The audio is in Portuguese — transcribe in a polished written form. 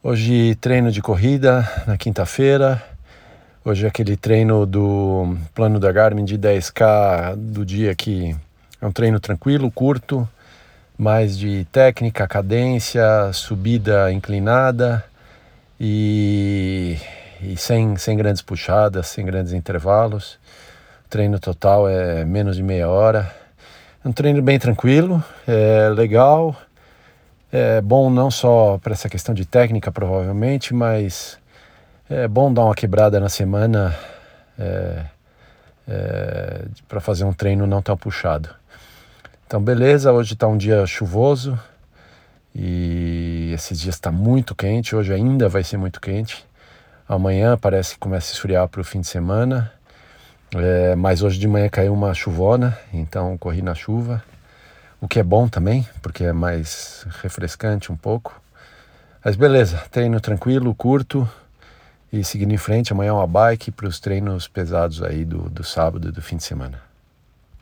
Hoje treino de corrida na quinta-feira. Hoje é aquele treino do plano da Garmin de 10K do dia que é um treino tranquilo, curto, mais de técnica, cadência, subida inclinada e sem grandes puxadas, sem grandes intervalos. O treino total é menos de meia hora. É um treino bem tranquilo, é legal. É bom não só para essa questão de técnica, provavelmente, mas é bom dar uma quebrada na semana para fazer um treino não tão puxado. Então, beleza, hoje está um dia chuvoso e esses dias está muito quente, hoje ainda vai ser muito quente. Amanhã parece que começa a esfriar para o fim de semana, mas hoje de manhã caiu uma chuvona, então corri na chuva. O que é bom também, porque é mais refrescante um pouco. Mas beleza, treino tranquilo, curto e seguindo em frente. Amanhã é uma bike para os treinos pesados aí do sábado e do fim de semana.